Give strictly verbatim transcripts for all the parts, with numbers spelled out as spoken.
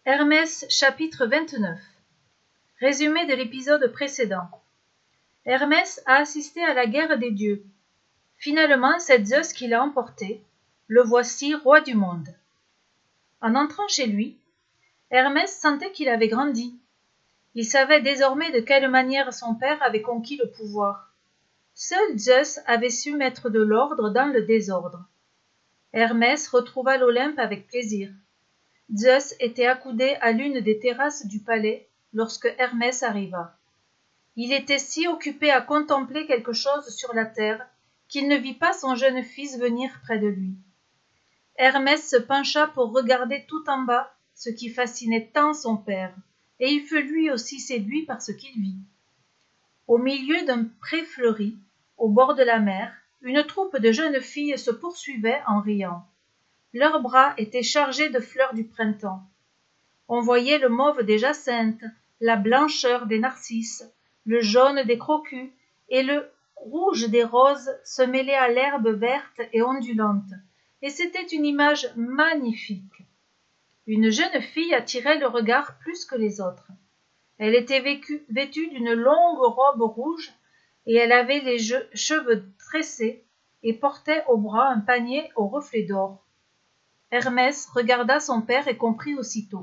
Hermès chapitre vingt-neuf. Résumé de l'épisode précédent. Hermès a assisté à la guerre des dieux. Finalement, c'est Zeus qui l'a emporté. Le voici roi du monde. En entrant chez lui, Hermès sentait qu'il avait grandi. Il savait désormais de quelle manière son père avait conquis le pouvoir. Seul Zeus avait su mettre de l'ordre dans le désordre. Hermès retrouva l'Olympe avec plaisir. Zeus était accoudé à l'une des terrasses du palais lorsque Hermès arriva. Il était si occupé à contempler quelque chose sur la terre qu'il ne vit pas son jeune fils venir près de lui. Hermès se pencha pour regarder tout en bas ce qui fascinait tant son père, et il fut lui aussi séduit par ce qu'il vit. Au milieu d'un pré fleuri, au bord de la mer, une troupe de jeunes filles se poursuivait en riant. Leurs bras étaient chargés de fleurs du printemps. On voyait le mauve des jacinthes, la blancheur des narcisses, le jaune des crocus et le rouge des roses se mêler à l'herbe verte et ondulante, et c'était une image magnifique. Une jeune fille attirait le regard plus que les autres. Elle était vécue, vêtue d'une longue robe rouge et elle avait les cheveux tressés et portait au bras un panier aux reflets d'or. Hermès regarda son père et comprit aussitôt.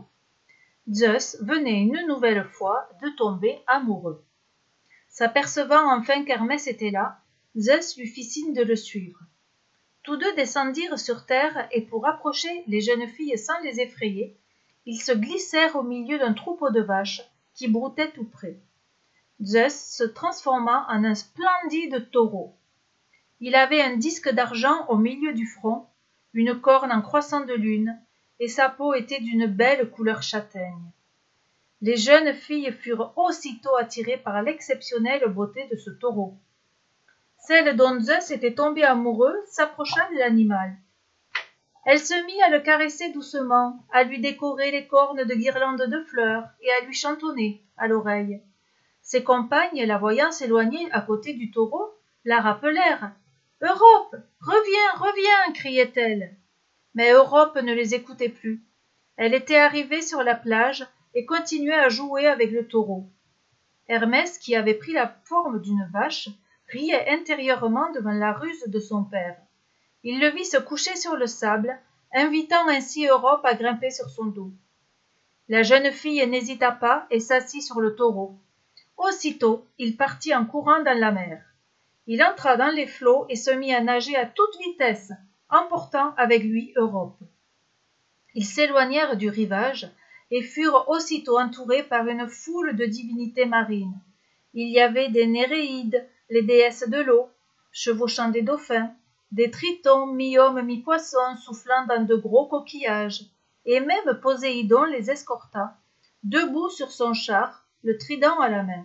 Zeus venait une nouvelle fois de tomber amoureux. S'apercevant enfin qu'Hermès était là, Zeus lui fit signe de le suivre. Tous deux descendirent sur terre et pour approcher les jeunes filles sans les effrayer, ils se glissèrent au milieu d'un troupeau de vaches qui broutait tout près. Zeus se transforma en un splendide taureau. Il avait un disque d'argent au milieu du front, une corne en croissant de lune, et sa peau était d'une belle couleur châtaigne. Les jeunes filles furent aussitôt attirées par l'exceptionnelle beauté de ce taureau. Celle dont Zeus était tombé amoureux s'approcha de l'animal. Elle se mit à le caresser doucement, à lui décorer les cornes de guirlandes de fleurs et à lui chantonner à l'oreille. Ses compagnes, la voyant s'éloigner à côté du taureau, la rappelèrent. « Europe, reviens, reviens !» criait-elle. Mais Europe ne les écoutait plus. Elle était arrivée sur la plage et continuait à jouer avec le taureau. Hermès, qui avait pris la forme d'une vache, riait intérieurement devant la ruse de son père. Il le vit se coucher sur le sable, invitant ainsi Europe à grimper sur son dos. La jeune fille n'hésita pas et s'assit sur le taureau. Aussitôt, il partit en courant dans la mer. Il entra dans les flots et se mit à nager à toute vitesse, emportant avec lui Europe. Ils s'éloignèrent du rivage et furent aussitôt entourés par une foule de divinités marines. Il y avait des Néréides, les déesses de l'eau, chevauchant des dauphins, des tritons mi-hommes mi-poissons soufflant dans de gros coquillages, et même Poséidon les escorta, debout sur son char, le trident à la main.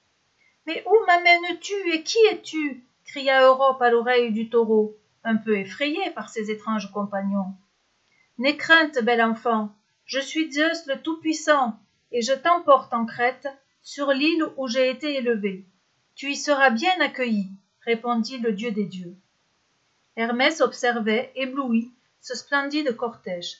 « Mais où m'amènes-tu et qui es-tu » cria Europe à l'oreille du taureau, un peu effrayé par ses étranges compagnons. « N'aie crainte, bel enfant, je suis Zeus le Tout-Puissant, et je t'emporte en Crète, sur l'île où j'ai été élevé. Tu y seras bien accueilli, répondit le dieu des dieux. Hermès observait, ébloui, ce splendide cortège.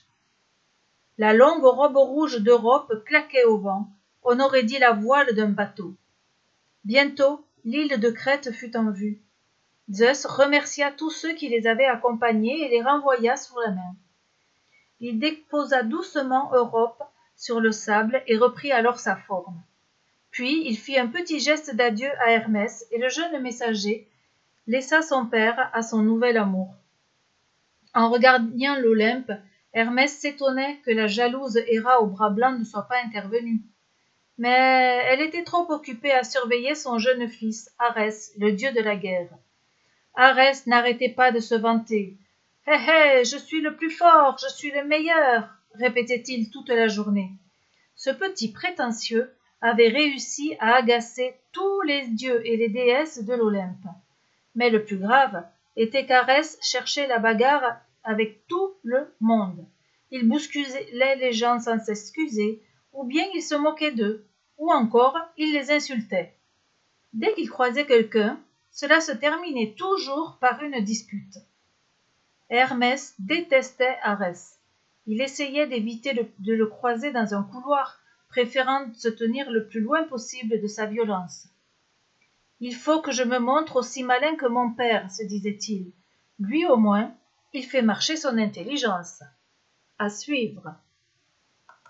La longue robe rouge d'Europe claquait au vent, on aurait dit la voile d'un bateau. Bientôt, l'île de Crète fut en vue. Zeus remercia tous ceux qui les avaient accompagnés et les renvoya sur la main. Il déposa doucement Europe sur le sable et reprit alors sa forme. Puis il fit un petit geste d'adieu à Hermès et le jeune messager laissa son père à son nouvel amour. En regardant l'Olympe, Hermès s'étonnait que la jalouse Héra au bras blanc ne soit pas intervenue. Mais elle était trop occupée à surveiller son jeune fils, Arès, le dieu de la guerre. Arès n'arrêtait pas de se vanter. « Hé hé, je suis le plus fort, je suis le meilleur !» répétait-il toute la journée. Ce petit prétentieux avait réussi à agacer tous les dieux et les déesses de l'Olympe. Mais le plus grave était qu'Arès cherchait la bagarre avec tout le monde. Il bousculait les gens sans s'excuser, ou bien il se moquait d'eux, ou encore il les insultait. Dès qu'il croisait quelqu'un, cela se terminait toujours par une dispute. Hermès détestait Arès. Il essayait d'éviter de, de le croiser dans un couloir, préférant se tenir le plus loin possible de sa violence. « Il faut que je me montre aussi malin que mon père, se disait-il. Lui au moins, il fait marcher son intelligence. » À suivre.